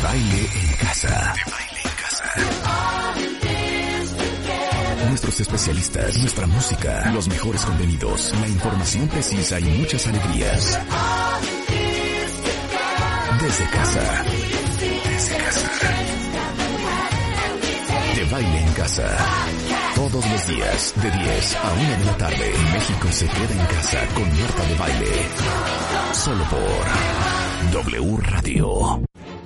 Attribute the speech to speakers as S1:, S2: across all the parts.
S1: Baile en Casa. Nuestros especialistas, nuestra música, los mejores contenidos, la información precisa y muchas alegrías. Desde casa. De Baile en Casa. Todos los días, de 10 a 1 de la tarde, México se queda en casa con Marta de Baile. Solo por W Radio.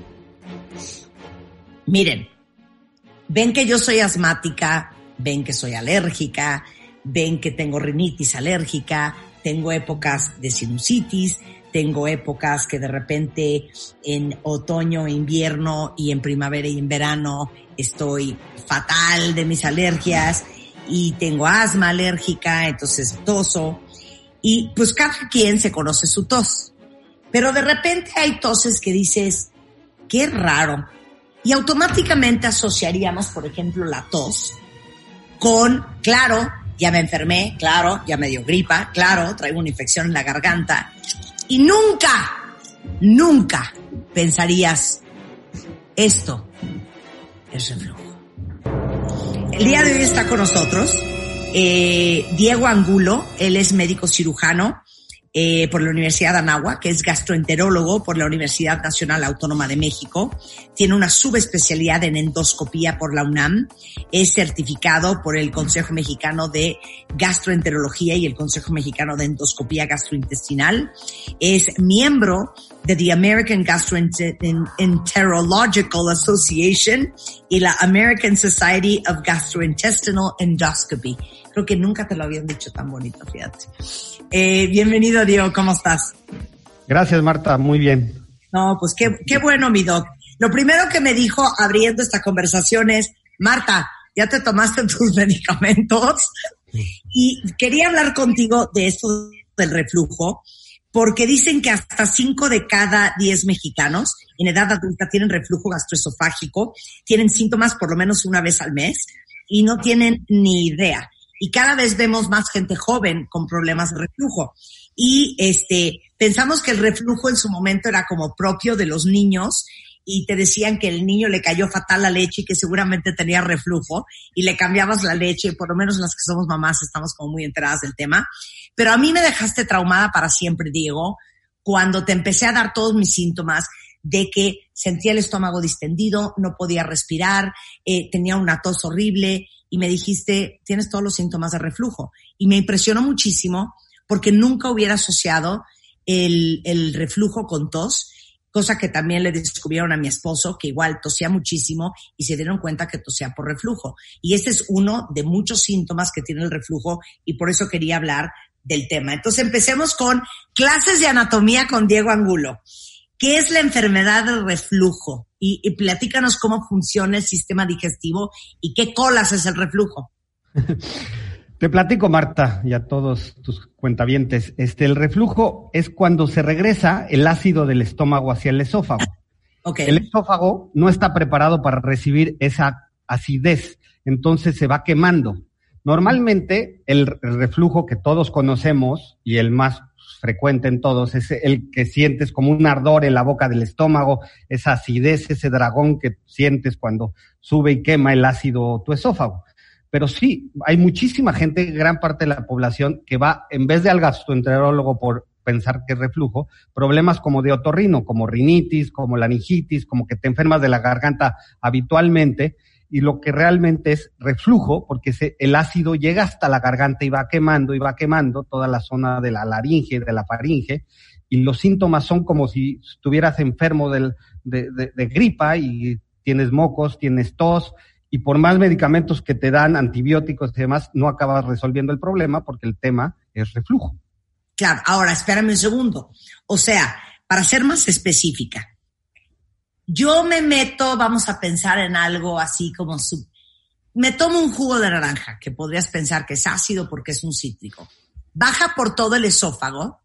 S2: Miren, ven que yo soy asmática, ven que soy alérgica, ven que tengo rinitis alérgica, tengo épocas de sinusitis, tengo épocas que de repente en otoño, invierno y en primavera y en verano estoy fatal de mis alergias y tengo asma alérgica, entonces toso. Y pues cada quien se conoce su tos. Pero de repente hay toses que dices, qué raro. Y automáticamente asociaríamos, por ejemplo, la tos con, claro, ya me enfermé, claro, ya me dio gripa, claro, traigo una infección en la garganta. Y nunca pensarías, esto es reflujo. El día de hoy está con nosotros Diego Angulo. Él es médico cirujano por la Universidad de Anáhuac, que es gastroenterólogo por la Universidad Nacional Autónoma de México. Tiene una subespecialidad en endoscopía por la UNAM. Es certificado por el Consejo Mexicano de Gastroenterología y el Consejo Mexicano de Endoscopía Gastrointestinal. Es miembro de the American Gastroenterological Association y la American Society of Gastrointestinal Endoscopy. Creo que nunca te lo habían dicho tan bonito, fíjate. Bienvenido, Diego, ¿cómo estás?
S3: Gracias, Marta, muy bien.
S2: No, pues qué bueno, mi doc. Lo primero que me dijo abriendo esta conversación es, Marta, ¿ya te tomaste tus medicamentos? Y quería hablar contigo de esto del reflujo, porque dicen que hasta 5 de cada 10 mexicanos en edad adulta tienen reflujo gastroesofágico, tienen síntomas por lo menos una vez al mes y no tienen ni idea. Y cada vez vemos más gente joven con problemas de reflujo. Y pensamos que el reflujo en su momento era como propio de los niños y te decían que el niño le cayó fatal la leche y que seguramente tenía reflujo y le cambiabas la leche, por lo menos las que somos mamás estamos como muy enteradas del tema. Pero a mí me dejaste traumada para siempre, Diego, cuando te empecé a dar todos mis síntomas de que sentía el estómago distendido, no podía respirar, tenía una tos horrible y me dijiste, tienes todos los síntomas de reflujo. Y me impresionó muchísimo porque nunca hubiera asociado el reflujo con tos, cosa que también le descubrieron a mi esposo, que igual tosía muchísimo y se dieron cuenta que tosía por reflujo. Y este es uno de muchos síntomas que tiene el reflujo y por eso quería hablar del tema. Entonces empecemos con clases de anatomía con Diego Angulo. ¿Qué es la enfermedad del reflujo? Y platícanos cómo funciona el sistema digestivo y qué colas es el reflujo.
S3: Te platico, Marta, y a todos tus cuentavientes. El reflujo es cuando se regresa el ácido del estómago hacia el esófago. Okay. El esófago no está preparado para recibir esa acidez, entonces se va quemando. Normalmente el reflujo que todos conocemos y el más frecuente en todos es el que sientes como un ardor en la boca del estómago, esa acidez, ese dragón que sientes cuando sube y quema el ácido tu esófago. Pero sí, hay muchísima gente, gran parte de la población, que va, en vez de al gastroenterólogo por pensar que es reflujo, problemas como de otorrino, como rinitis, como laringitis, como que te enfermas de la garganta habitualmente, y lo que realmente es reflujo, porque el ácido llega hasta la garganta y va quemando toda la zona de la laringe, de la faringe, y los síntomas son como si estuvieras enfermo de gripa y tienes mocos, tienes tos, y por más medicamentos que te dan, antibióticos y demás, no acabas resolviendo el problema porque el tema es reflujo.
S2: Claro, ahora espérame un segundo. O sea, para ser más específica, yo me meto, vamos a pensar en algo así como me tomo un jugo de naranja, que podrías pensar que es ácido porque es un cítrico. Baja por todo el esófago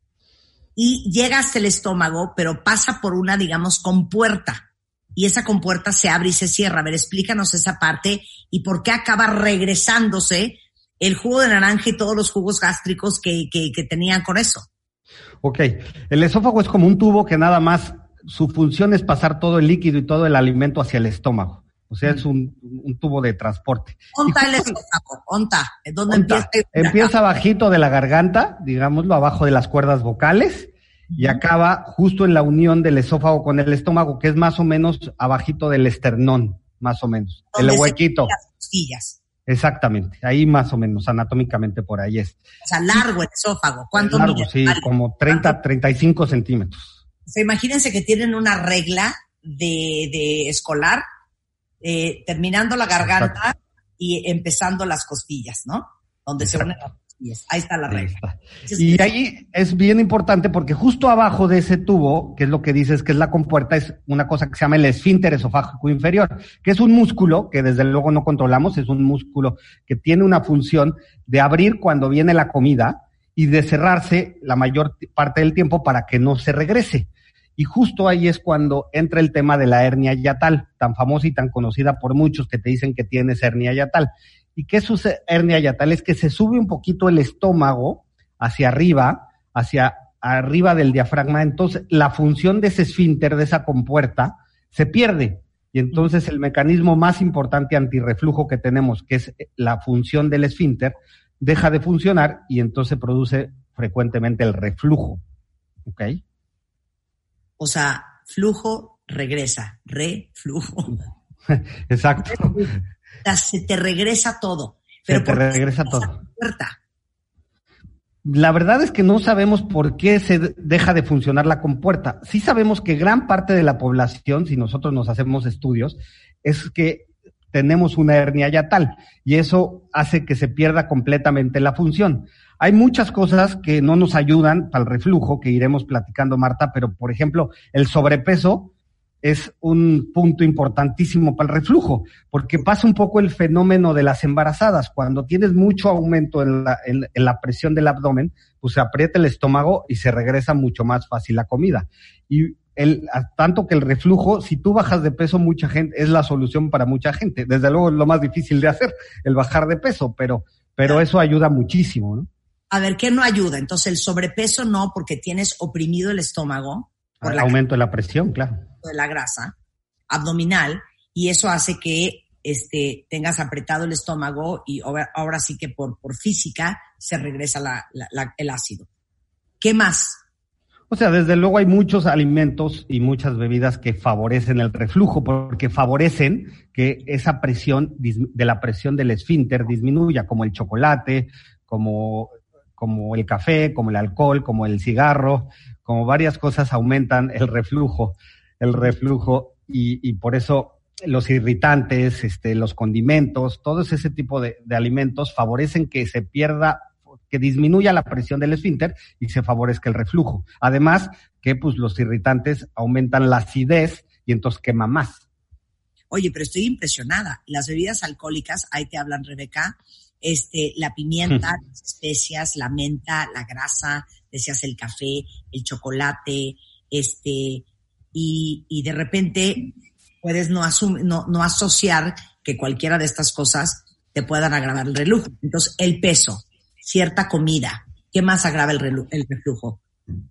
S2: y llega hasta el estómago, pero pasa por una, digamos, compuerta. Y esa compuerta se abre y se cierra. A ver, explícanos esa parte y por qué acaba regresándose el jugo de naranja y todos los jugos gástricos que tenían con eso.
S3: Ok, el esófago es como un tubo que nada más su función es pasar todo el líquido y todo el alimento hacia el estómago. O sea, es un tubo de transporte.
S2: ¿Dónde el esófago? ¿Dónde empieza?
S3: Empieza bajito de la garganta, digámoslo, abajo de las cuerdas vocales, y acaba justo en la unión del esófago con el estómago, que es más o menos abajito del esternón, más o menos. El huequito.
S2: Las costillas.
S3: Exactamente, ahí más o menos, anatómicamente por ahí es.
S2: O sea, largo el esófago. ¿Cuánto
S3: largo?
S2: mide?
S3: Sí, como 35 centímetros.
S2: O sea, imagínense que tienen una regla de escolar, terminando la garganta. Exacto. Y empezando las costillas, ¿no? Donde Exacto. Se unen las costillas. Ahí está la regla.
S3: Y ahí es bien importante porque justo abajo de ese tubo, que es lo que dices que es la compuerta, es una cosa que se llama el esfínter esofágico inferior, que es un músculo que desde luego no controlamos, es un músculo que tiene una función de abrir cuando viene la comida y de cerrarse la mayor parte del tiempo para que no se regrese. Y justo ahí es cuando entra el tema de la hernia yatal, tan famosa y tan conocida por muchos que te dicen que tienes hernia yatal. ¿Y qué es hernia yatal? Es que se sube un poquito el estómago hacia arriba del diafragma, entonces la función de ese esfínter, de esa compuerta, se pierde. Y entonces el mecanismo más importante antirreflujo que tenemos, que es la función del esfínter, deja de funcionar y entonces produce frecuentemente el reflujo. ¿Ok?
S2: O sea, flujo regresa, reflujo.
S3: Exacto.
S2: O sea, se te regresa todo.
S3: Pero se te regresa todo. La verdad es que no sabemos por qué se deja de funcionar la compuerta. Sí sabemos que gran parte de la población, si nosotros nos hacemos estudios, es que tenemos una hernia yatal y eso hace que se pierda completamente la función. Hay muchas cosas que no nos ayudan para el reflujo, que iremos platicando, Marta, pero por ejemplo, el sobrepeso es un punto importantísimo para el reflujo, porque pasa un poco el fenómeno de las embarazadas. Cuando tienes mucho aumento en la presión del abdomen, pues se aprieta el estómago y se regresa mucho más fácil la comida. Y tanto que el reflujo, si tú bajas de peso, mucha gente, es la solución para mucha gente. Desde luego es lo más difícil de hacer, el bajar de peso, pero eso ayuda muchísimo, ¿no?
S2: A ver, ¿qué no ayuda? Entonces, el sobrepeso no, porque tienes oprimido el estómago.
S3: Por el aumento de la presión, claro.
S2: De la grasa abdominal, y eso hace que tengas apretado el estómago y ahora sí que por física se regresa el ácido. ¿Qué más?
S3: O sea, desde luego hay muchos alimentos y muchas bebidas que favorecen el reflujo, porque favorecen que esa presión de la presión del esfínter disminuya, como el chocolate, como el café, como el alcohol, como el cigarro, como varias cosas aumentan el reflujo y por eso los irritantes, los condimentos, todo ese tipo de alimentos favorecen que se pierda, que disminuya la presión del esfínter y se favorezca el reflujo. Además que pues los irritantes aumentan la acidez y entonces quema más.
S2: Oye, pero estoy impresionada. Las bebidas alcohólicas, ahí te hablan, Rebeca, la pimienta, las especias, la menta, la grasa, decías el café, el chocolate, y de repente puedes no asociar que cualquiera de estas cosas te puedan agravar el reflujo. Entonces, el peso, cierta comida, ¿qué más agrava el reflujo?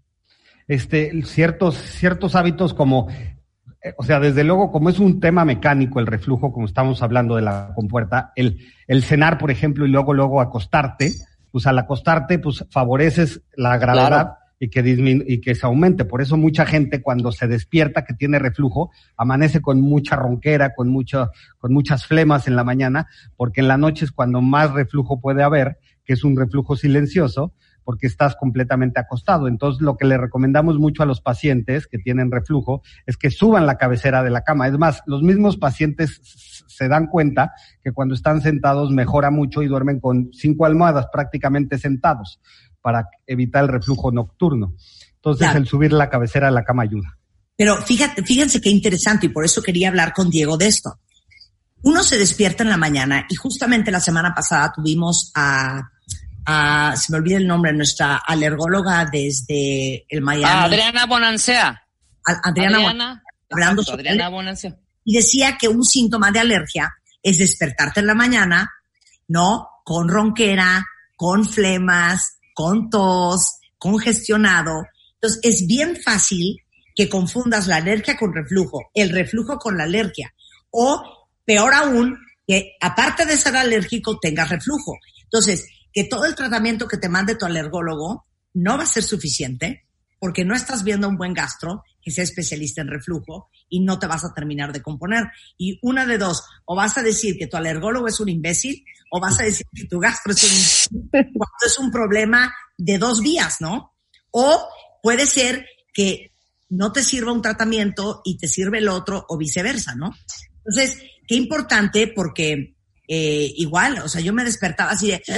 S3: Ciertos hábitos como, o sea, desde luego, como es un tema mecánico el reflujo, como estamos hablando de la compuerta, el cenar, por ejemplo, y luego acostarte, pues al acostarte, pues favoreces la gravedad. Claro. Y que se aumente. Por eso mucha gente cuando se despierta que tiene reflujo, amanece con mucha ronquera, con muchas flemas en la mañana, porque en la noche es cuando más reflujo puede haber, que es un reflujo silencioso, porque estás completamente acostado. Entonces, lo que le recomendamos mucho a los pacientes que tienen reflujo es que suban la cabecera de la cama. Es más, los mismos pacientes se dan cuenta que cuando están sentados mejora mucho y duermen con 5 almohadas prácticamente sentados, para evitar el reflujo nocturno. Entonces, claro, el subir la cabecera de la cama ayuda.
S2: Pero fíjense qué interesante, y por eso quería hablar con Diego de esto. Uno se despierta en la mañana, y justamente la semana pasada tuvimos se me olvida el nombre, nuestra alergóloga desde el Miami.
S4: Adriana Bonancea.
S2: Hablando sobre Adriana Bonancea. Y decía que un síntoma de alergia es despertarte en la mañana, ¿no? Con ronquera, con flemas, con tos, congestionado. Entonces, es bien fácil que confundas la alergia con reflujo, el reflujo con la alergia, o peor aún, que aparte de ser alérgico tengas reflujo. Entonces, que todo el tratamiento que te mande tu alergólogo no va a ser suficiente porque no estás viendo a un buen gastro que sea especialista en reflujo y no te vas a terminar de componer. Y una de dos, o vas a decir que tu alergólogo es un imbécil o vas a decir que tu gastro es un imbécil cuando es un problema de dos vías, ¿no? O puede ser que no te sirva un tratamiento y te sirve el otro o viceversa, ¿no? Entonces, qué importante porque igual, o sea, yo me despertaba así de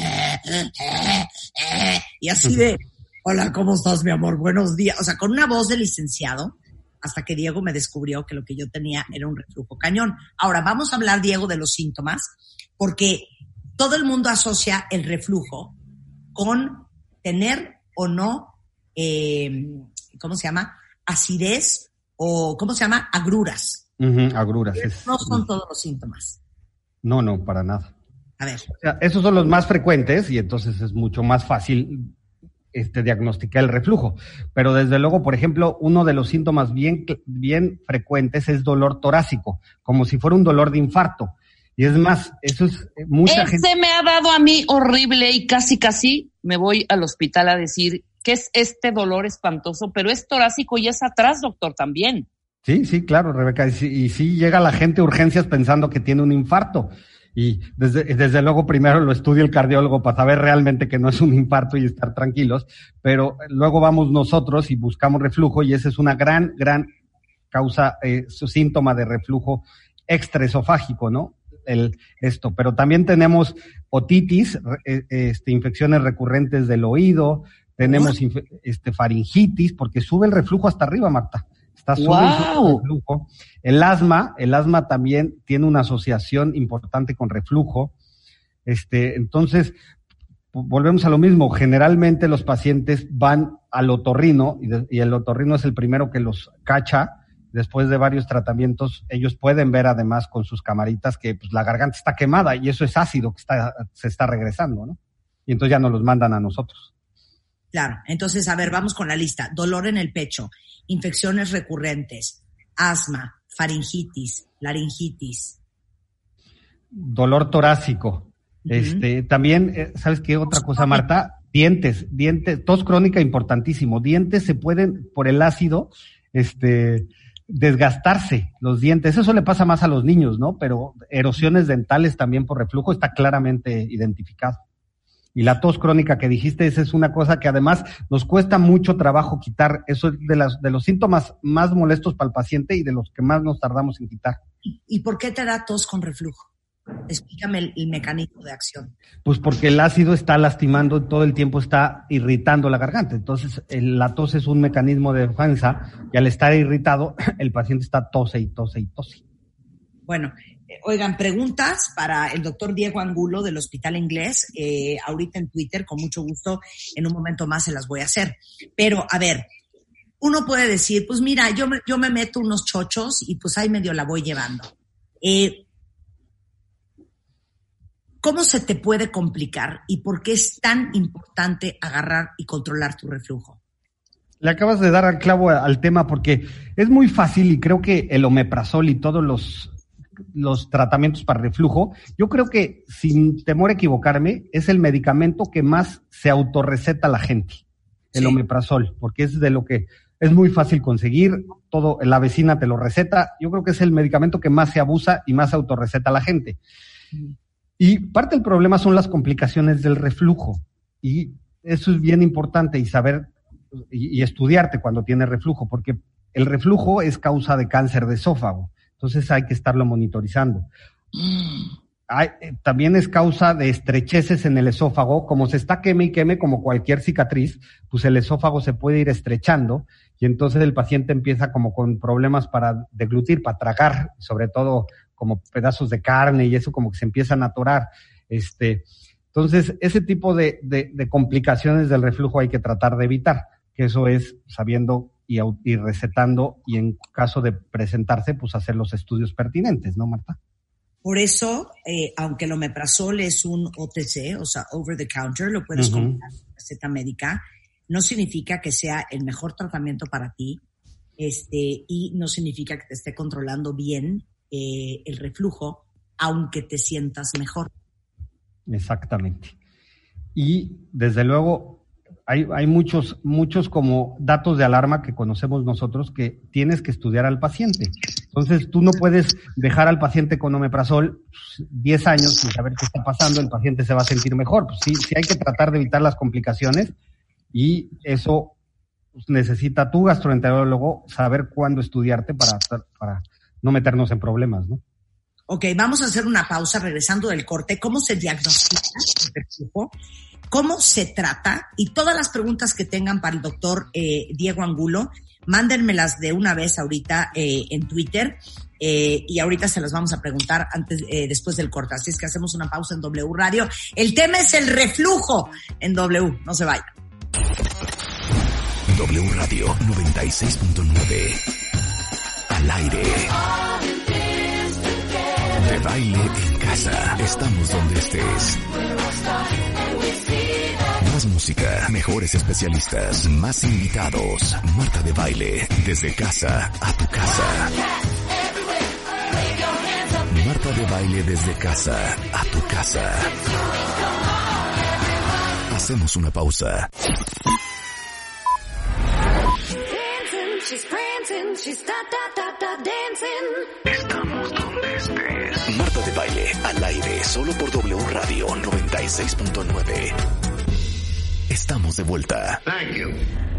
S2: y así de hola, ¿cómo estás, mi amor? Buenos días. O sea, con una voz de licenciado, hasta que Diego me descubrió que lo que yo tenía era un reflujo cañón. Ahora, vamos a hablar, Diego, de los síntomas, porque todo el mundo asocia el reflujo con tener o no, ¿cómo se llama? Acidez o, ¿cómo se llama? Agruras.
S3: Agruras.
S2: No son todos los síntomas.
S3: No, para nada.
S2: A ver.
S3: O sea, esos son los más frecuentes y entonces es mucho más fácil diagnosticar el reflujo. Pero desde luego, por ejemplo, uno de los síntomas bien frecuentes es dolor torácico, como si fuera un dolor de infarto. Y es más, eso es mucha gente.
S4: Ese me ha dado a mí horrible y casi me voy al hospital a decir ¿qué es este dolor espantoso? Pero es torácico y es atrás, doctor, también. Sí,
S3: claro, Rebeca. Y sí llega la gente a urgencias pensando que tiene un infarto. Y desde luego primero lo estudia el cardiólogo para saber realmente que no es un infarto y estar tranquilos. Pero luego vamos nosotros y buscamos reflujo y esa es una gran causa, su síntoma de reflujo extraesofágico, ¿no? Pero también tenemos otitis, infecciones recurrentes del oído, tenemos faringitis, porque sube el reflujo hasta arriba, Marta. Sube el reflujo. El asma también tiene una asociación importante con reflujo. Entonces, volvemos a lo mismo. Generalmente los pacientes van al otorrino y el otorrino es el primero que los cacha. Después de varios tratamientos, ellos pueden ver además con sus camaritas que pues, la garganta está quemada y eso es ácido que se está regresando, ¿no? Y entonces ya nos los mandan a nosotros.
S2: Claro, entonces, a ver, vamos con la lista. Dolor en el pecho, infecciones recurrentes, asma, faringitis, laringitis.
S3: Dolor torácico. También, ¿sabes qué otra cosa, Marta? Dientes, tos crónica importantísimo. Dientes se pueden, por el ácido, desgastarse los dientes. Eso le pasa más a los niños, ¿no? Pero erosiones dentales también por reflujo está claramente identificado. Y la tos crónica que dijiste, esa es una cosa que además nos cuesta mucho trabajo quitar. Eso es de los síntomas más molestos para el paciente y de los que más nos tardamos en quitar.
S2: ¿Y por qué te da tos con reflujo? Explícame el mecanismo de acción.
S3: Pues porque el ácido está lastimando, todo el tiempo está irritando la garganta. Entonces, la tos es un mecanismo de defensa y al estar irritado, el paciente está tose.
S2: Bueno, oigan, preguntas para el doctor Diego Angulo del Hospital Inglés, ahorita en Twitter, con mucho gusto, en un momento más se las voy a hacer. Pero, a ver, uno puede decir, pues mira, yo me meto unos chochos y pues ahí medio la voy llevando. ¿Cómo se te puede complicar y por qué es tan importante agarrar y controlar tu reflujo?
S3: Le acabas de dar al clavo al tema porque es muy fácil y creo que el omeprazol y todos los tratamientos para reflujo, yo creo que, sin temor a equivocarme, es el medicamento que más se autorreceta la gente, el omeprazol, porque es de lo que es muy fácil conseguir, la vecina te lo receta, yo creo que es el medicamento que más se abusa y más se autorreceta la gente. Y parte del problema son las complicaciones del reflujo, y eso es bien importante y saber y estudiarte cuando tienes reflujo, porque el reflujo es causa de cáncer de esófago. Entonces hay que estarlo monitorizando. También es causa de estrecheces en el esófago. Como se está queme y queme como cualquier cicatriz, pues el esófago se puede ir estrechando y entonces el paciente empieza como con problemas para deglutir, para tragar, sobre todo como pedazos de carne y eso como que se empiezan a atorar. Entonces ese tipo de complicaciones del reflujo hay que tratar de evitar, que eso es sabiendo y recetando y en caso de presentarse, pues hacer los estudios pertinentes, ¿no, Marta?
S2: Por eso, aunque el omeprazol es un OTC, o sea, over the counter, lo puedes comprar en receta médica, no significa que sea el mejor tratamiento para ti y no significa que te esté controlando bien el reflujo, aunque te sientas mejor.
S3: Exactamente. Y desde luego hay muchos como datos de alarma que conocemos nosotros que tienes que estudiar al paciente. Entonces tú no puedes dejar al paciente con omeprazol 10 años sin saber qué está pasando, el paciente se va a sentir mejor. Pues sí hay que tratar de evitar las complicaciones y eso necesita tu gastroenterólogo saber cuándo estudiarte para no meternos en problemas, ¿no?
S2: Ok, vamos a hacer una pausa regresando del corte. ¿Cómo se diagnostica el reflujo? ¿Cómo se trata? Y todas las preguntas que tengan para el doctor Diego Angulo, mándenmelas de una vez ahorita en Twitter y ahorita se las vamos a preguntar después del corte. Así es que hacemos una pausa en W Radio. El tema es el reflujo en W. No se vayan.
S1: W Radio 96.9 al aire. De baile en casa. Estamos donde estés. Más música, mejores especialistas, más invitados. Marta de Baile, desde casa a tu casa. Marta de Baile desde casa a tu casa. Hacemos una pausa. Estamos donde estés. Marta de Baile, al aire, solo por W Radio 96.9. Estamos de vuelta.
S5: Thank you.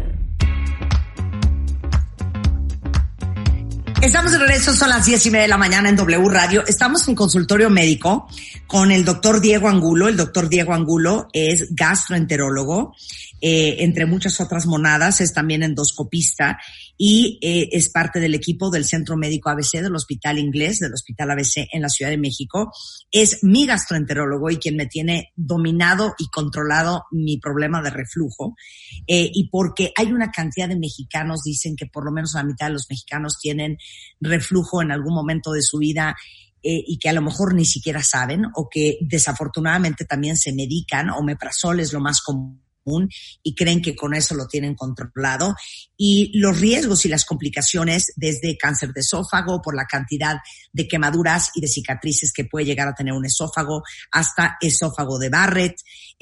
S2: Estamos de regreso, son las 10:30 de la mañana en W Radio. Estamos en consultorio médico con el doctor Diego Angulo. El doctor Diego Angulo es gastroenterólogo, entre muchas otras monadas, es también endoscopista y es parte del equipo del Centro Médico ABC del Hospital Inglés, del Hospital ABC en la Ciudad de México. Es mi gastroenterólogo y quien me tiene dominado y controlado mi problema de reflujo. Y porque hay una cantidad de mexicanos, dicen que por lo menos la mitad de los mexicanos tienen reflujo en algún momento de su vida, y que a lo mejor ni siquiera saben, o que desafortunadamente también se medican. Omeprazol es lo más común y creen que con eso lo tienen controlado. Y los riesgos y las complicaciones, desde cáncer de esófago por la cantidad de quemaduras y de cicatrices que puede llegar a tener un esófago, hasta esófago de Barrett,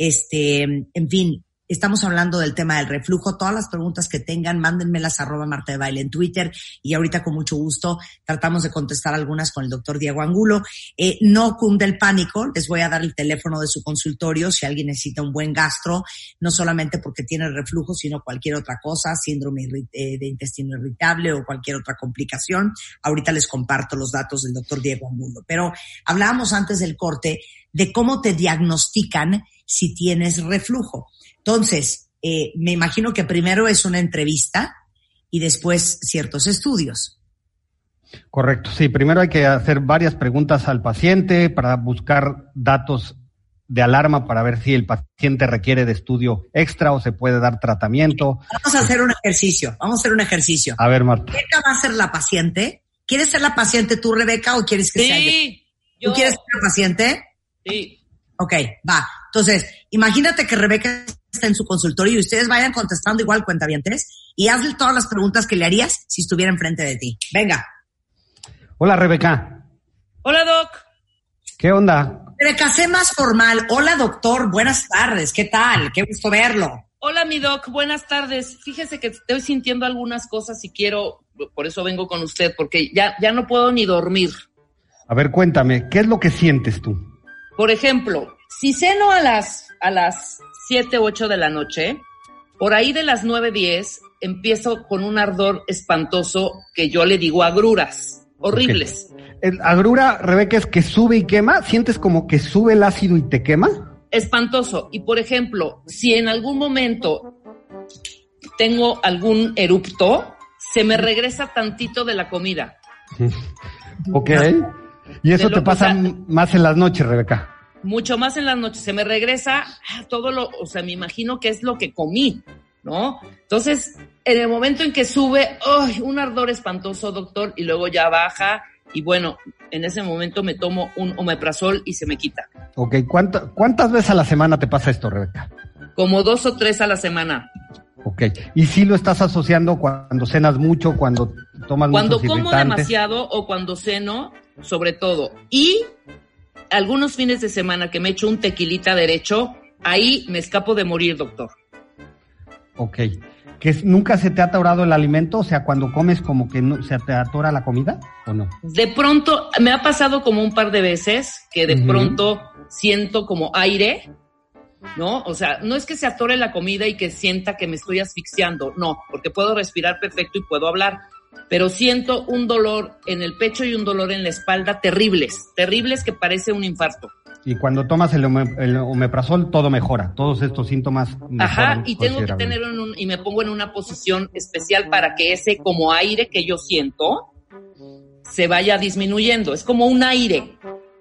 S2: en fin. Estamos hablando del tema del reflujo. Todas las preguntas que tengan, mándenmelas @ Marta de Baile en Twitter y ahorita con mucho gusto tratamos de contestar algunas con el doctor Diego Angulo. No cunde el pánico, les voy a dar el teléfono de su consultorio si alguien necesita un buen gastro, no solamente porque tiene reflujo, sino cualquier otra cosa, síndrome de intestino irritable o cualquier otra complicación. Ahorita les comparto los datos del doctor Diego Angulo. Pero hablábamos antes del corte de cómo te diagnostican si tienes reflujo. Entonces, me imagino que primero es una entrevista y después ciertos estudios.
S3: Correcto, sí. Primero hay que hacer varias preguntas al paciente para buscar datos de alarma para ver si el paciente requiere de estudio extra o se puede dar tratamiento.
S2: Vamos a hacer un ejercicio. A ver, Marta. ¿Rebeca va a ser la paciente? ¿Quieres ser la paciente tú, Rebeca, o quieres que sea yo? ¿Tú quieres ser la paciente?
S4: Sí.
S2: Ok, va. Entonces, imagínate que Rebeca está en su consultorio y ustedes vayan contestando igual, cuentavientes, y hazle todas las preguntas que le harías si estuviera enfrente de ti. Venga.
S3: Hola, Rebeca.
S4: Hola, Doc.
S3: ¿Qué onda?
S2: Rebeca, sé más formal. Hola, doctor. Buenas tardes. ¿Qué tal? Qué gusto verlo.
S4: Hola, mi Doc. Buenas tardes. Fíjese que estoy sintiendo algunas cosas y quiero, por eso vengo con usted, porque ya no puedo ni dormir.
S3: A ver, cuéntame, ¿qué es lo que sientes tú?
S4: Por ejemplo, si ceno a las 7, 8 de la noche, por ahí de las 9, 10, empiezo con un ardor espantoso que yo le digo agruras, horribles.
S3: Okay. ¿El agrura, Rebeca, es que sube y quema? ¿Sientes como que sube el ácido y te quema?
S4: Espantoso. Y por ejemplo, si en algún momento tengo algún erupto, se me regresa tantito de la comida.
S3: Ok. ¿Y eso te pasa más en las noches, Rebeca?
S4: Mucho más en las noches. Se me regresa me imagino que es lo que comí, ¿no? Entonces, en el momento en que sube, un ardor espantoso, doctor, y luego ya baja, y bueno, en ese momento me tomo un omeprazol y se me quita. Ok,
S3: ¿cuántas veces a la semana te pasa esto, Rebeca?
S4: Como 2 o 3 a la semana.
S3: Ok. ¿Y si lo estás asociando cuando cenas mucho, cuando tomas muchos irritantes?
S4: Cuando como demasiado o cuando ceno, sobre todo. Y algunos fines de semana que me echo un tequilita derecho, ahí me escapo de morir, doctor.
S3: Ok. ¿Que nunca se te ha atorado el alimento? O sea, cuando comes como que no, se te atora la comida, ¿o no?
S4: De pronto, me ha pasado como un par de veces que de pronto siento como aire, ¿no? O sea, no es que se atore la comida y que sienta que me estoy asfixiando, no, porque puedo respirar perfecto y puedo hablar, pero siento un dolor en el pecho y un dolor en la espalda terribles que parece un infarto.
S3: Y cuando tomas el omeprazol, todo mejora, todos estos síntomas mejoran.
S4: Ajá, y tengo que tener y me pongo en una posición especial para que ese como aire que yo siento se vaya disminuyendo, es como un aire.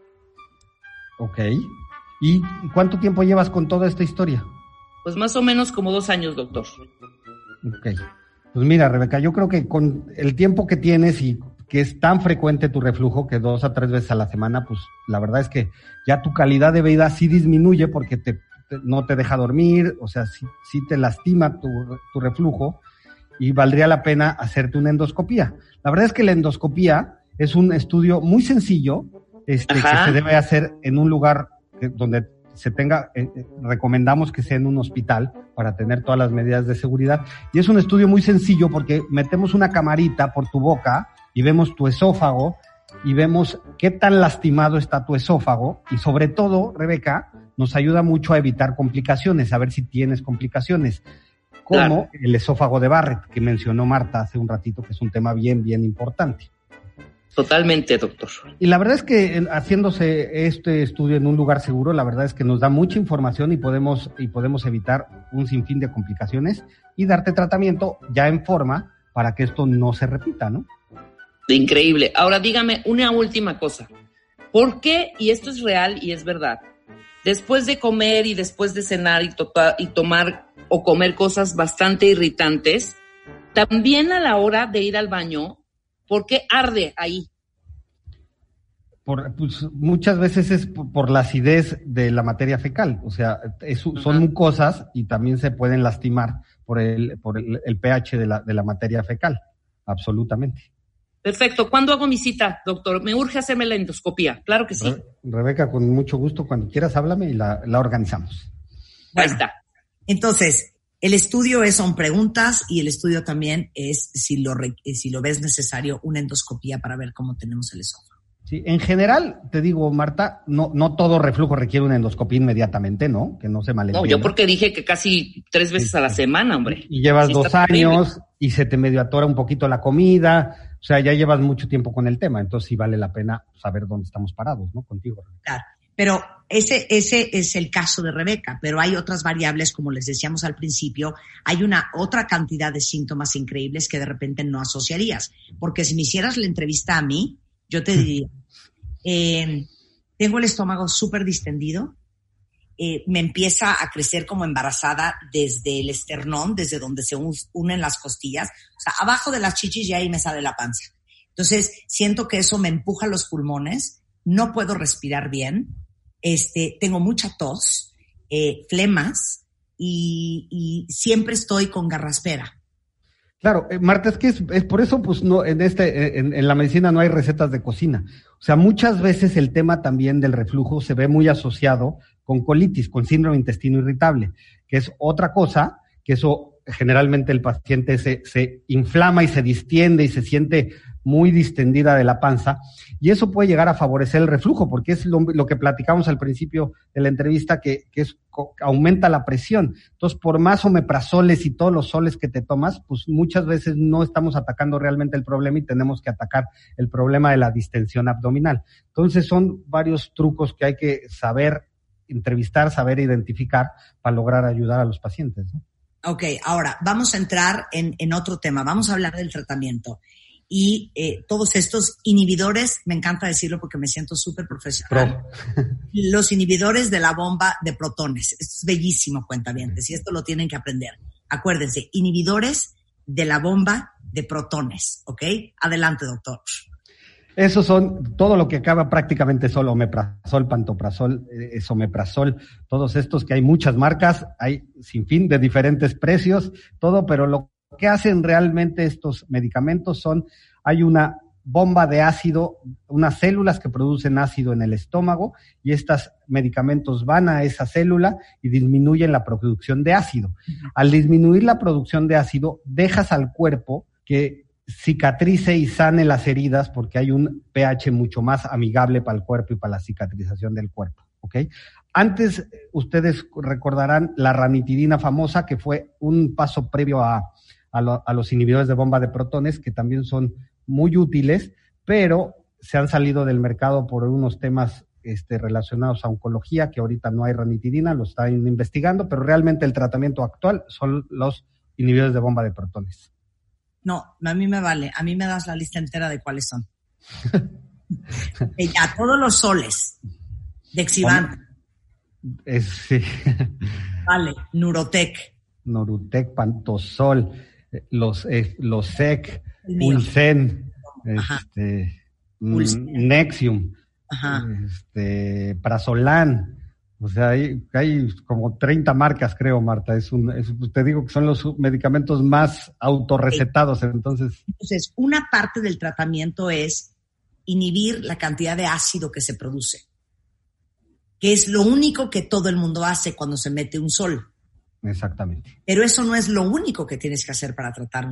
S3: Ok. ¿Y cuánto tiempo llevas con toda esta historia?
S4: Pues más o menos como 2 años, doctor.
S3: Ok. Pues mira, Rebeca, yo creo que con el tiempo que tienes y que es tan frecuente tu reflujo, que 2 a 3 veces a la semana, pues la verdad es que ya tu calidad de vida sí disminuye porque no te deja dormir, o sea, sí te lastima tu reflujo y valdría la pena hacerte una endoscopía. La verdad es que la endoscopía es un estudio muy sencillo, que se debe hacer en un lugar donde se tenga, recomendamos que sea en un hospital para tener todas las medidas de seguridad. Y es un estudio muy sencillo porque metemos una camarita por tu boca y vemos tu esófago y vemos qué tan lastimado está tu esófago y sobre todo, Rebeca, nos ayuda mucho a evitar complicaciones, a ver si tienes complicaciones, como el esófago de Barrett, que mencionó Marta hace un ratito, que es un tema bien, bien importante.
S4: Totalmente, doctor.
S3: Y la verdad es que haciéndose este estudio en un lugar seguro, la verdad es que nos da mucha información y podemos evitar un sinfín de complicaciones y darte tratamiento ya en forma para que esto no se repita, ¿no?
S4: Increíble. Ahora dígame una última cosa. ¿Por qué, y esto es real y es verdad, después de comer y después de cenar y tomar o comer cosas bastante irritantes, también a la hora de ir al baño, ¿por qué arde ahí?
S3: Pues muchas veces es por la acidez de la materia fecal, o sea, son mucosas y también se pueden lastimar por el pH de la materia fecal, absolutamente.
S4: Perfecto. ¿Cuándo hago mi cita, doctor? Me urge hacerme la endoscopía. Claro que sí.
S3: Rebeca, con mucho gusto, cuando quieras háblame y la organizamos.
S2: Bueno, ahí está. Entonces, el estudio son preguntas y el estudio también es si lo ves necesario una endoscopía para ver cómo tenemos el esófago.
S3: Sí, en general, te digo, Marta, no todo reflujo requiere una endoscopía inmediatamente, ¿no? Que no se malentienda.
S4: No, yo porque dije que casi 3 veces a la semana, hombre.
S3: Y llevas 2 años y se te medio atora un poquito la comida, o sea, ya llevas mucho tiempo con el tema, entonces sí vale la pena saber dónde estamos parados, ¿no? Contigo.
S2: Claro, pero ese es el caso de Rebeca, pero hay otras variables, como les decíamos al principio, hay otra cantidad de síntomas increíbles que de repente no asociarías, porque si me hicieras la entrevista a mí, yo te diría, tengo el estómago súper distendido, me empieza a crecer como embarazada desde el esternón, desde donde se unen las costillas, o sea, abajo de las chichis y ahí me sale la panza. Entonces, siento que eso me empuja los pulmones, no puedo respirar bien, tengo mucha tos, flemas y siempre estoy con garraspera.
S3: Claro, Marta, es que es por eso, pues no, en la medicina no hay recetas de cocina. O sea, muchas veces el tema también del reflujo se ve muy asociado con colitis, con síndrome de intestino irritable, que es otra cosa, que eso generalmente el paciente se inflama y se distiende y se siente muy distendida de la panza, y eso puede llegar a favorecer el reflujo, porque es lo que platicamos al principio de la entrevista, que aumenta la presión. Entonces, por más omeprazoles y todos los soles que te tomas, pues muchas veces no estamos atacando realmente el problema y tenemos que atacar el problema de la distensión abdominal. Entonces, son varios trucos que hay que saber entrevistar, saber identificar para lograr ayudar a los pacientes, ¿no?
S2: Ok, ahora vamos a entrar en otro tema, vamos a hablar del tratamiento. Y todos estos inhibidores, me encanta decirlo porque me siento súper profesional, los inhibidores de la bomba de protones. Esto es bellísimo, cuentavientes, y esto lo tienen que aprender. Acuérdense, inhibidores de la bomba de protones, ¿ok? Adelante, doctor.
S3: Esos son todo lo que acaba prácticamente solo, omeprazol, pantoprazol, esomeprazol, todos estos que hay muchas marcas, hay sin fin de diferentes precios, todo, pero lo que hacen realmente estos medicamentos hay una bomba de ácido, unas células que producen ácido en el estómago y estos medicamentos van a esa célula y disminuyen la producción de ácido. Uh-huh. Al disminuir la producción de ácido, dejas al cuerpo que cicatrice y sane las heridas porque hay un pH mucho más amigable para el cuerpo y para la cicatrización del cuerpo, ¿ok? Antes, ustedes recordarán la ranitidina famosa, que fue un paso previo a los inhibidores de bomba de protones, que también son muy útiles, pero se han salido del mercado por unos temas relacionados a oncología, que ahorita no hay ranitidina, lo están investigando, pero realmente el tratamiento actual son los inhibidores de bomba de protones.
S2: No, a mí me vale, a mí me das la lista entera de cuáles son. A todos los soles, Dexivan.
S3: Sí.
S2: Vale, Nurotec,
S3: Pantosol, los SEC, Ulcen, Nexium, Prazolan. O sea, hay como 30 marcas, creo, Marta. Te digo que son los medicamentos más autorrecetados, Entonces,
S2: una parte del tratamiento es inhibir la cantidad de ácido que se produce, que es lo único que todo el mundo hace cuando se mete un sol.
S3: Exactamente.
S2: Pero eso no es lo único que tienes que hacer para tratar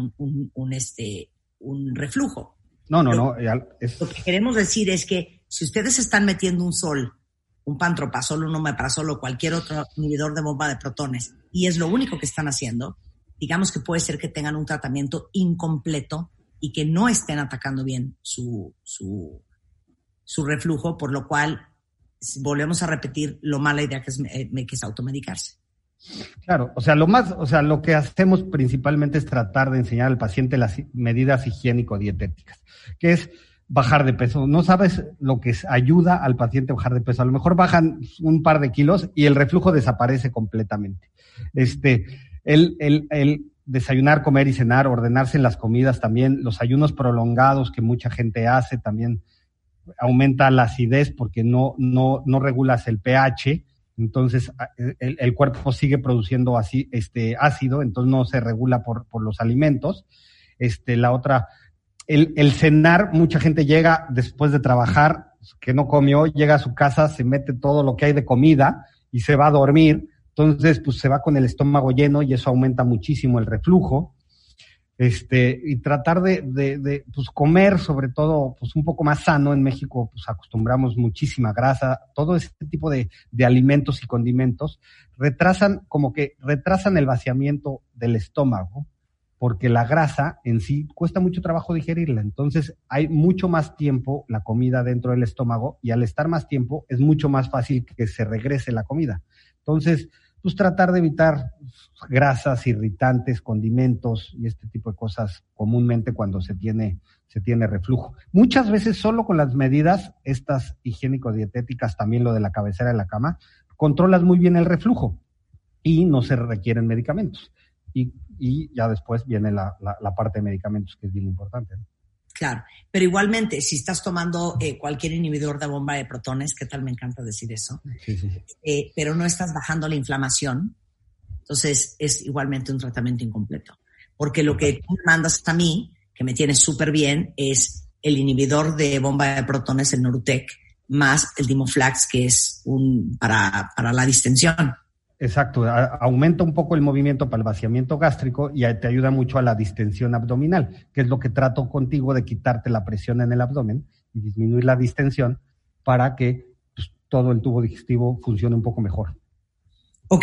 S2: un reflujo.
S3: No.
S2: Lo que queremos decir es que si ustedes están metiendo un sol, un pantoprazol, un omeprazol o cualquier otro inhibidor de bomba de protones, y es lo único que están haciendo, digamos que puede ser que tengan un tratamiento incompleto y que no estén atacando bien su reflujo, por lo cual volvemos a repetir lo mala idea que es automedicarse.
S3: Claro, lo que hacemos principalmente es tratar de enseñar al paciente las medidas higiénico-dietéticas, que es bajar de peso. No sabes lo que ayuda al paciente a bajar de peso. A lo mejor bajan un par de kilos y el reflujo desaparece completamente. El desayunar, comer y cenar, ordenarse en las comidas también, los ayunos prolongados que mucha gente hace también aumenta la acidez porque no regulas el pH. Entonces, el cuerpo sigue produciendo así, ácido, entonces no se regula por los alimentos. La otra, el cenar, mucha gente llega después de trabajar, que no comió, llega a su casa, se mete todo lo que hay de comida y se va a dormir. Entonces, pues se va con el estómago lleno y eso aumenta muchísimo el reflujo. Y tratar de comer, sobre todo, pues un poco más sano. En México, pues acostumbramos muchísima grasa. Todo este tipo de alimentos y condimentos retrasan el vaciamiento del estómago, porque la grasa en sí cuesta mucho trabajo digerirla. Entonces, hay mucho más tiempo la comida dentro del estómago y al estar más tiempo es mucho más fácil que se regrese la comida. Entonces, pues tratar de evitar grasas, irritantes, condimentos y este tipo de cosas comúnmente cuando se tiene reflujo. Muchas veces solo con las medidas, estas higiénico-dietéticas, también lo de la cabecera de la cama, controlas muy bien el reflujo y no se requieren medicamentos. Y ya después viene la parte de medicamentos, que es bien importante, ¿no?
S2: Claro, pero igualmente, si estás tomando cualquier inhibidor de bomba de protones, ¿qué tal? Me encanta decir eso. Sí. Pero no estás bajando la inflamación, entonces es igualmente un tratamiento incompleto. Porque lo que tú me mandas a mí, que me tiene súper bien, es el inhibidor de bomba de protones, el Nurotec, más el Dimoflax, que es para la distensión.
S3: Exacto, aumenta un poco el movimiento para el vaciamiento gástrico y te ayuda mucho a la distensión abdominal, que es lo que trato contigo, de quitarte la presión en el abdomen y disminuir la distensión para que todo el tubo digestivo funcione un poco mejor.
S2: Ok,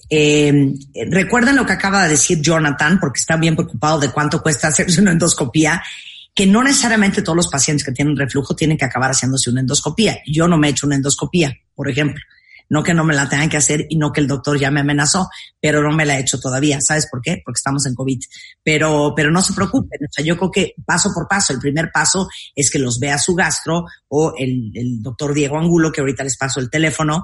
S2: recuerden lo que acaba de decir Jonathan, porque está bien preocupado de cuánto cuesta hacerse una endoscopía, que no necesariamente todos los pacientes que tienen reflujo tienen que acabar haciéndose una endoscopía. Yo no me he hecho una endoscopía, por ejemplo. No que no me la tengan que hacer y no que el doctor ya me amenazó, pero no me la he hecho todavía. ¿Sabes por qué? Porque estamos en COVID. Pero no se preocupen. O sea, yo creo que paso por paso. El primer paso es que los vea su gastro o el doctor Diego Angulo, que ahorita les paso el teléfono,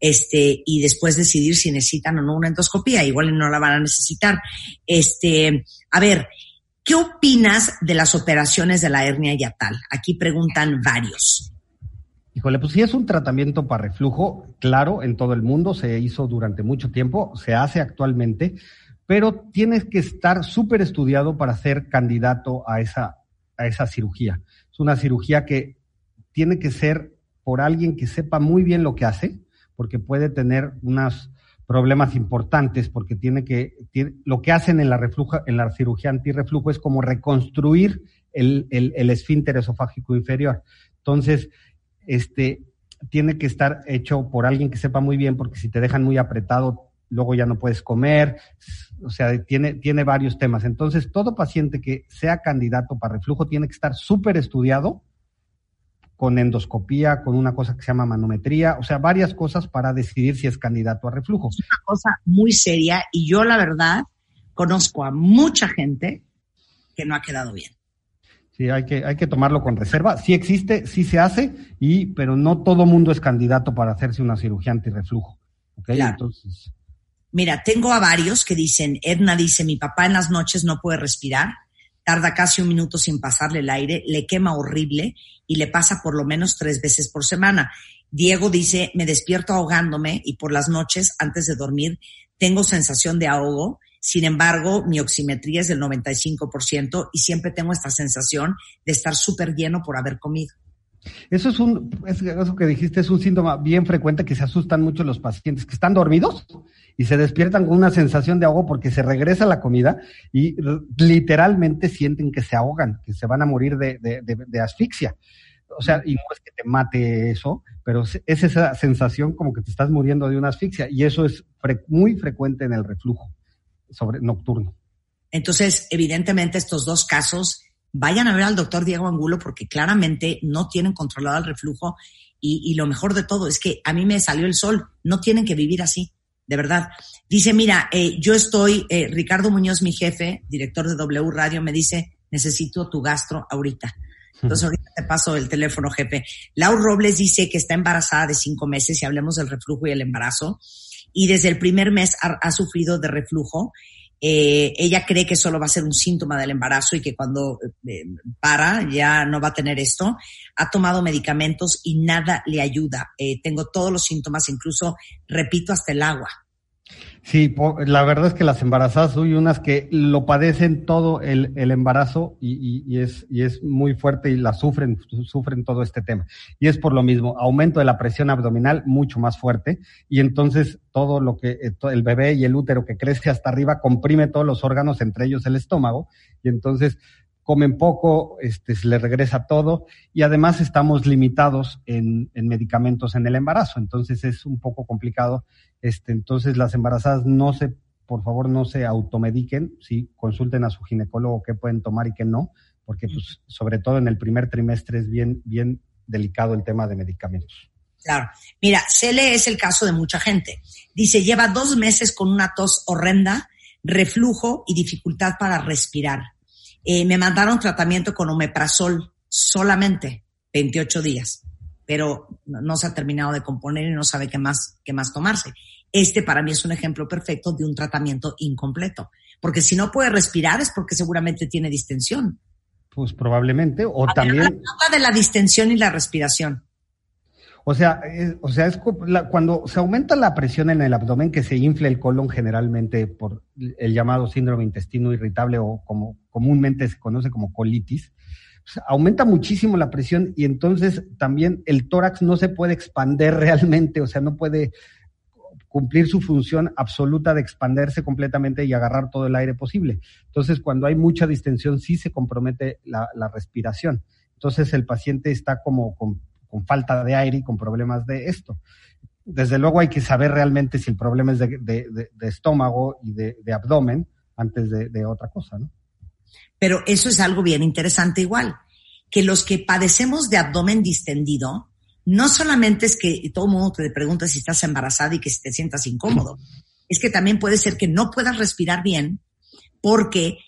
S2: y después decidir si necesitan o no una endoscopía. Igual no la van a necesitar. A ver, ¿Qué opinas de las operaciones de la hernia hiatal? Aquí preguntan varios.
S3: Híjole, pues sí es un tratamiento para reflujo, claro, en todo el mundo, se hizo durante mucho tiempo, se hace actualmente, pero tienes que estar súper estudiado para ser candidato a esa cirugía. Es una cirugía que tiene que ser por alguien que sepa muy bien lo que hace, porque puede tener unos problemas importantes, porque lo que hacen en la cirugía antirreflujo es como reconstruir el esfínter esofágico inferior. Entonces, tiene que estar hecho por alguien que sepa muy bien, porque si te dejan muy apretado, luego ya no puedes comer, o sea, tiene varios temas. Entonces, todo paciente que sea candidato para reflujo tiene que estar súper estudiado, con endoscopía, con una cosa que se llama manometría, o sea, varias cosas para decidir si es candidato a reflujo.
S2: Es una cosa muy seria y yo, la verdad, conozco a mucha gente que no ha quedado bien.
S3: Sí, hay que tomarlo con reserva. Sí existe, sí se hace, pero no todo mundo es candidato para hacerse una cirugía antirreflujo. ¿Okay?
S2: Claro.
S3: Entonces,
S2: mira, tengo a varios que dicen, Edna dice, mi papá en las noches no puede respirar, tarda casi 1 minuto sin pasarle el aire, le quema horrible y le pasa por lo menos 3 veces por semana. Diego dice, me despierto ahogándome y por las noches, antes de dormir, tengo sensación de ahogo. Sin embargo, mi oximetría es del 95% y siempre tengo esta sensación de estar súper lleno por haber comido.
S3: Eso que dijiste es un síntoma bien frecuente, que se asustan mucho los pacientes que están dormidos y se despiertan con una sensación de ahogo porque se regresa la comida y literalmente sienten que se ahogan, que se van a morir de asfixia. O sea, y no es que te mate eso, pero es esa sensación como que te estás muriendo de una asfixia, y eso es muy frecuente en el reflujo nocturno.
S2: Entonces, evidentemente, estos 2 casos, vayan a ver al doctor Diego Angulo porque claramente no tienen controlado el reflujo y lo mejor de todo es que a mí me salió el sol. No tienen que vivir así, de verdad. Dice, mira, yo estoy, Ricardo Muñoz, mi jefe, director de W Radio, me dice, necesito tu gastro ahorita. Entonces ahorita te paso el teléfono, jefe. Lau Robles dice que está embarazada de 5 meses y hablemos del reflujo y el embarazo. Y desde el primer mes ha sufrido de reflujo. Ella cree que solo va a ser un síntoma del embarazo y que cuando para ya no va a tener esto. Ha tomado medicamentos y nada le ayuda. Tengo todos los síntomas, incluso repito hasta el agua.
S3: Sí, la verdad es que las embarazadas hay unas que lo padecen todo el embarazo y es muy fuerte y la sufren todo este tema. Y es por lo mismo, aumento de la presión abdominal mucho más fuerte y entonces todo lo que el bebé y el útero que crece hasta arriba comprime todos los órganos, entre ellos el estómago, y entonces comen poco, se les regresa todo y además estamos limitados en medicamentos en el embarazo, entonces es un poco complicado. Entonces las embarazadas por favor no se automediquen, sí, consulten a su ginecólogo qué pueden tomar y qué no, porque pues sobre todo en el primer trimestre es bien delicado el tema de medicamentos.
S2: Claro. Mira, Cele es el caso de mucha gente. Dice, lleva 2 meses con una tos horrenda, reflujo y dificultad para respirar. Me mandaron tratamiento con omeprazol solamente 28 días, pero no se ha terminado de componer y no sabe qué más tomarse. Para mí es un ejemplo perfecto de un tratamiento incompleto, porque si no puede respirar es porque seguramente tiene distensión.
S3: Pues probablemente, o también...
S2: Habla de la distensión y la respiración.
S3: O sea, cuando se aumenta la presión en el abdomen, que se infla el colon generalmente por el llamado síndrome intestino irritable o como comúnmente se conoce como colitis, pues aumenta muchísimo la presión y entonces también el tórax no se puede expander realmente, o sea, no puede cumplir su función absoluta de expanderse completamente y agarrar todo el aire posible. Entonces, cuando hay mucha distensión, sí se compromete la respiración. Entonces, el paciente está como con falta de aire y con problemas de esto. Desde luego hay que saber realmente si el problema es de estómago y de abdomen antes de otra cosa, ¿no?
S2: Pero eso es algo bien interesante igual, que los que padecemos de abdomen distendido, no solamente es que todo el mundo te pregunta si estás embarazada y que si te sientas incómodo, es que también puede ser que no puedas respirar bien porque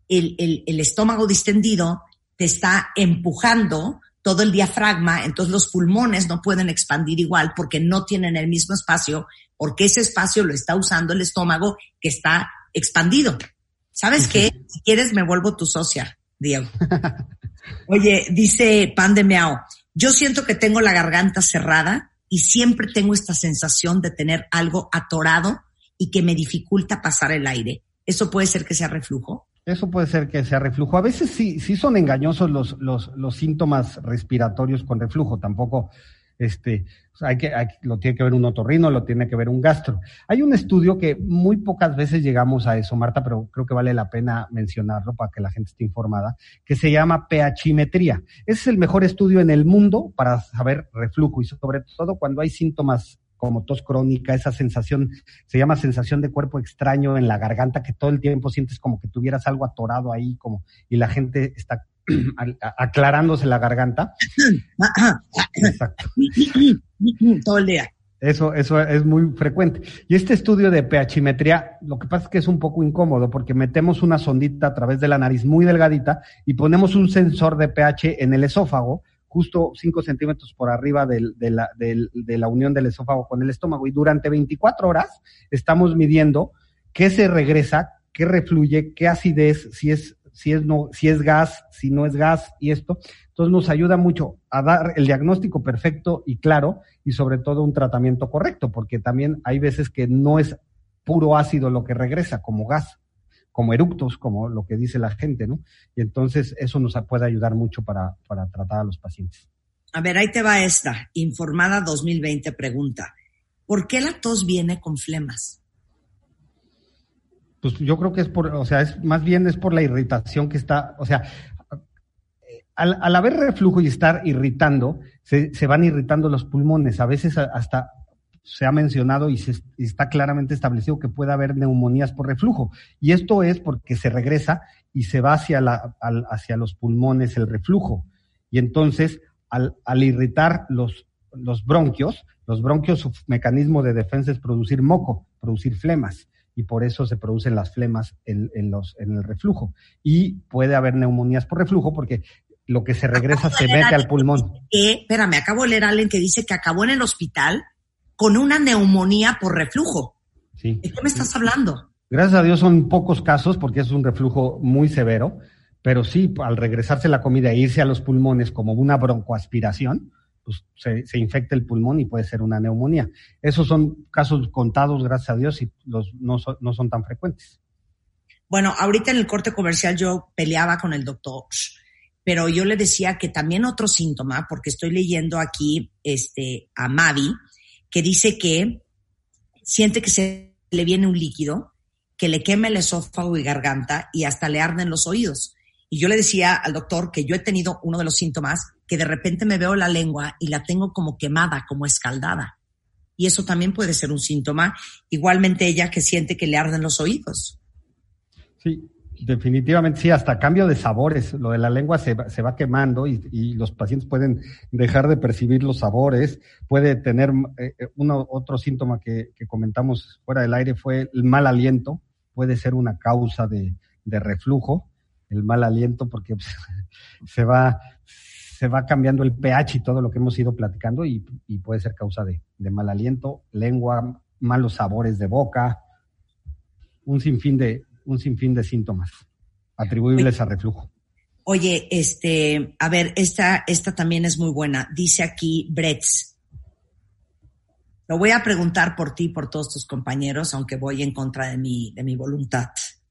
S2: el estómago distendido te está empujando todo el diafragma, entonces los pulmones no pueden expandir igual porque no tienen el mismo espacio, porque ese espacio lo está usando el estómago que está expandido. ¿Sabes qué? Si quieres me vuelvo tu socia, Diego. Oye, dice Pan de Meao, yo siento que tengo la garganta cerrada y siempre tengo esta sensación de tener algo atorado y que me dificulta pasar el aire. ¿Eso puede ser que sea reflujo?
S3: Eso puede ser que sea reflujo. A veces sí son engañosos los síntomas respiratorios con reflujo. Tampoco, lo tiene que ver un otorrino, lo tiene que ver un gastro. Hay un estudio que muy pocas veces llegamos a eso, Marta, pero creo que vale la pena mencionarlo para que la gente esté informada, que se llama pHimetría. Ese es el mejor estudio en el mundo para saber reflujo y sobre todo cuando hay síntomas como tos crónica, esa sensación, se llama sensación de cuerpo extraño en la garganta, que todo el tiempo sientes como que tuvieras algo atorado ahí, y la gente está aclarándose la garganta. Exacto.
S2: Todo el día.
S3: Eso es muy frecuente. Y este estudio de pHimetría, lo que pasa es que es un poco incómodo porque metemos una sondita a través de la nariz muy delgadita y ponemos un sensor de pH en el esófago, justo 5 centímetros por arriba de la unión del esófago con el estómago. Y durante 24 horas estamos midiendo qué se regresa, qué refluye, qué acidez, si es gas, si no es gas y esto. Entonces nos ayuda mucho a dar el diagnóstico perfecto y claro y sobre todo un tratamiento correcto, porque también hay veces que no es puro ácido lo que regresa como gas, como eructos, como lo que dice la gente, ¿no? Y entonces eso nos puede ayudar mucho para tratar a los pacientes.
S2: A ver, ahí te va esta. Informada 2020 pregunta, ¿por qué la tos viene con flemas?
S3: Pues yo creo que es más bien por la irritación que está, al haber reflujo y estar irritando, se van irritando los pulmones. A veces hasta se ha mencionado y está claramente establecido que puede haber neumonías por reflujo. Y esto es porque se regresa y se va hacia los pulmones el reflujo. Y entonces, al irritar los bronquios, su mecanismo de defensa es producir moco, producir flemas. Y por eso se producen las flemas en el reflujo. Y puede haber neumonías por reflujo porque lo que se regresa se mete al pulmón.
S2: Espérame, acabo de leer a alguien que dice que acabó en el hospital con una neumonía por reflujo.
S3: Sí.
S2: ¿De qué me estás hablando?
S3: Gracias a Dios son pocos casos porque es un reflujo muy severo, pero sí, al regresarse la comida e irse a los pulmones como una broncoaspiración, pues se infecta el pulmón y puede ser una neumonía. Esos son casos contados, gracias a Dios, y no son tan frecuentes.
S2: Bueno, ahorita en el corte comercial yo peleaba con el doctor, pero yo le decía que también otro síntoma, porque estoy leyendo aquí a Mavi, que dice que siente que se le viene un líquido, que le quema el esófago y garganta y hasta le arden los oídos. Y yo le decía al doctor que yo he tenido uno de los síntomas, que de repente me veo la lengua y la tengo como quemada, como escaldada. Y eso también puede ser un síntoma. Igualmente ella que siente que le arden los oídos.
S3: Sí, definitivamente sí, hasta cambio de sabores. Lo de la lengua se va quemando y los pacientes pueden dejar de percibir los sabores. Puede tener otro síntoma que comentamos fuera del aire fue el mal aliento. Puede ser una causa de reflujo, el mal aliento, porque se va cambiando el pH y todo lo que hemos ido platicando y puede ser causa de mal aliento, lengua, malos sabores de boca, un sinfín de síntomas atribuibles a reflujo.
S2: Oye, a ver, esta también es muy buena. Dice aquí Bretz. Lo voy a preguntar por ti y por todos tus compañeros, aunque voy en contra de mi voluntad.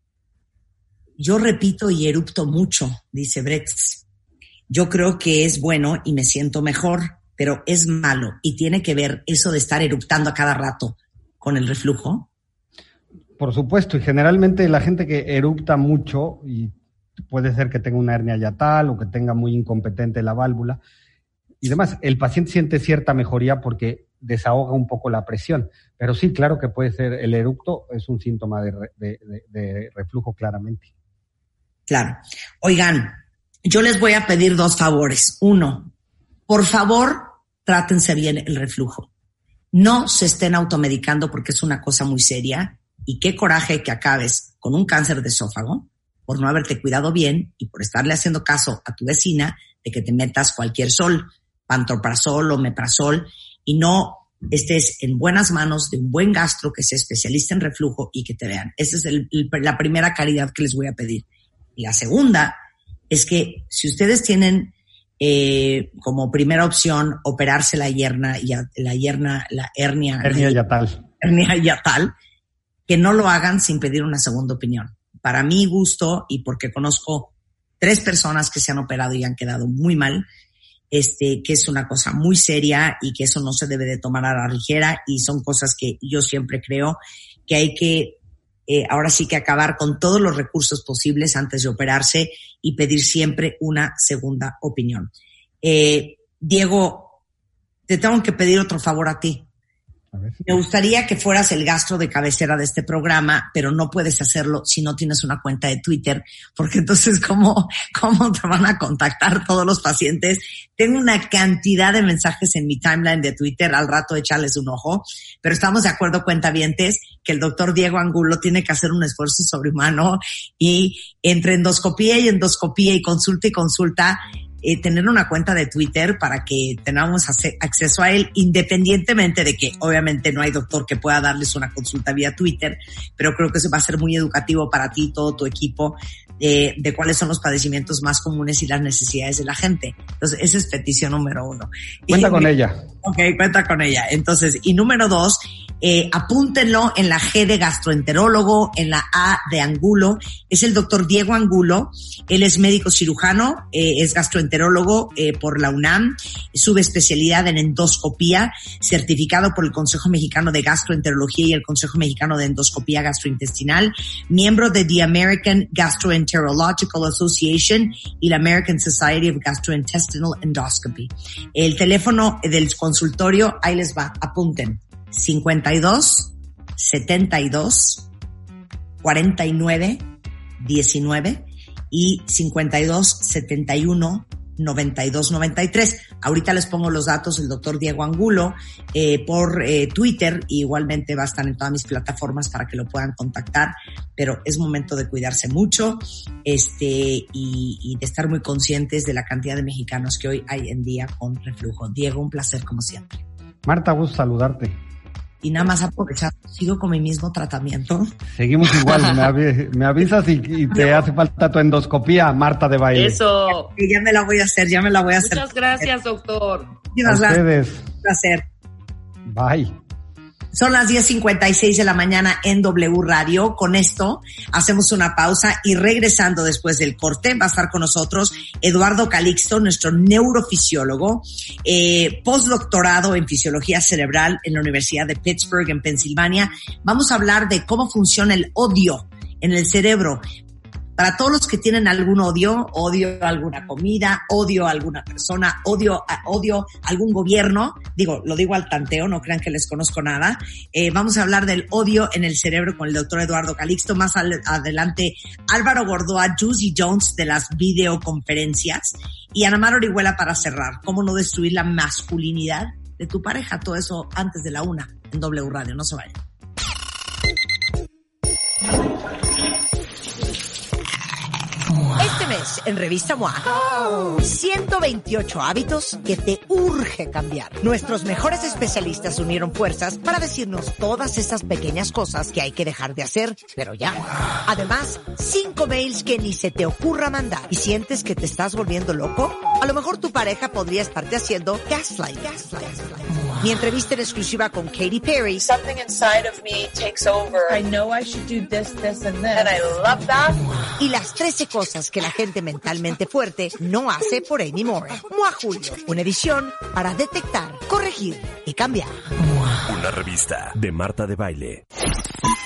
S2: Yo repito y erupto mucho, dice Bretz. Yo creo que es bueno y me siento mejor, pero es malo y tiene que ver eso de estar eruptando a cada rato con el reflujo.
S3: Por supuesto, y generalmente la gente que erupta mucho, y puede ser que tenga una hernia yatal o que tenga muy incompetente la válvula y demás, el paciente siente cierta mejoría porque desahoga un poco la presión, pero sí, claro que puede ser, el eructo es un síntoma de reflujo claramente.
S2: Claro. Oigan, yo les voy a pedir 2 favores. 1, por favor, trátense bien el reflujo. No se estén automedicando porque es una cosa muy seria. Y qué coraje que acabes con un cáncer de esófago por no haberte cuidado bien y por estarle haciendo caso a tu vecina de que te metas cualquier pantoprazol o meprazol y no estés en buenas manos de un buen gastro que sea especialista en reflujo y que te vean. Esa es la primera caridad que les voy a pedir. Y la segunda es que si ustedes tienen como primera opción operarse la hernia yatal, que no lo hagan sin pedir una segunda opinión. Para mi gusto y porque conozco 3 personas que se han operado y han quedado muy mal, que es una cosa muy seria y que eso no se debe de tomar a la ligera, y son cosas que yo siempre creo que hay que ahora sí que acabar con todos los recursos posibles antes de operarse y pedir siempre una segunda opinión. Diego, te tengo que pedir otro favor a ti. Me gustaría que fueras el gastro de cabecera de este programa, pero no puedes hacerlo si no tienes una cuenta de Twitter, porque entonces ¿cómo te van a contactar todos los pacientes? Tengo una cantidad de mensajes en mi timeline de Twitter, al rato echarles un ojo, pero estamos de acuerdo, cuentavientes, que el doctor Diego Angulo tiene que hacer un esfuerzo sobrehumano y entre endoscopía y consulta, tener una cuenta de Twitter para que tengamos acceso a él, independientemente de que obviamente no hay doctor que pueda darles una consulta vía Twitter, pero creo que eso va a ser muy educativo para ti y todo tu equipo de cuáles son los padecimientos más comunes y las necesidades de la gente. Entonces, esa es petición número 1.
S3: Cuenta con ella.
S2: Ok, cuenta con ella. Entonces, y número 2, apúntenlo en la G de gastroenterólogo, en la A de Angulo. Es el doctor Diego Angulo. Él es médico cirujano, es gastroenterólogo por la UNAM, subespecialidad en endoscopía, certificado por el Consejo Mexicano de Gastroenterología y el Consejo Mexicano de Endoscopía Gastrointestinal, miembro de The American Gastroenterological Association y la American Society of Gastrointestinal Endoscopy. El teléfono del consultorio, ahí les va, apunten. 52 72 49 19 y 52 71 92 93. Ahorita les pongo los datos del doctor Diego Angulo por Twitter, y igualmente va a estar en todas mis plataformas para que lo puedan contactar, pero es momento de cuidarse mucho y de estar muy conscientes de la cantidad de mexicanos que hoy hay en día con reflujo. Diego, un placer como siempre.
S3: Marta, gusto saludarte.
S2: Y nada más aprovechar, sigo con mi mismo tratamiento.
S3: Seguimos igual, me avisas y te hace falta tu endoscopía, Marta de Baile.
S4: Eso.
S2: Ya me la voy a hacer.
S4: Muchas gracias, doctor.
S2: Muchas
S3: gracias. Ustedes.
S2: Un placer.
S3: Bye.
S2: Son las 10:56 de la mañana en W Radio. Con esto hacemos una pausa y regresando después del corte va a estar con nosotros Eduardo Calixto, nuestro neurofisiólogo, postdoctorado en fisiología cerebral en la Universidad de Pittsburgh en Pensilvania. Vamos a hablar de cómo funciona el odio en el cerebro. Para todos los que tienen algún odio a alguna comida, odio a alguna persona, odio a algún gobierno, lo digo al tanteo, no crean que les conozco nada. Vamos a hablar del odio en el cerebro con el doctor Eduardo Calixto. Más adelante, Álvaro Gordoa, Juicy Jones de las videoconferencias y Ana Mar Orihuela para cerrar. ¿Cómo no destruir la masculinidad de tu pareja? Todo eso antes de la 1 en W Radio. No se vayan. Este mes, en Revista MOA, 128 hábitos que te urge cambiar. Nuestros mejores especialistas unieron fuerzas para decirnos todas esas pequeñas cosas que hay que dejar de hacer, pero ya. Además, 5 mails que ni se te ocurra mandar. ¿Y sientes que te estás volviendo loco? A lo mejor tu pareja podría estarte haciendo gaslight. Mi entrevista en exclusiva con Katy Perry.
S5: Something inside of me takes over. I know I should do this, and this. And I love that.
S2: Y las 13 cosas que la gente mentalmente fuerte no hace por Amy Moore. MOA Julio, una edición para detectar, corregir y cambiar.
S1: Una revista de Marta de Baile.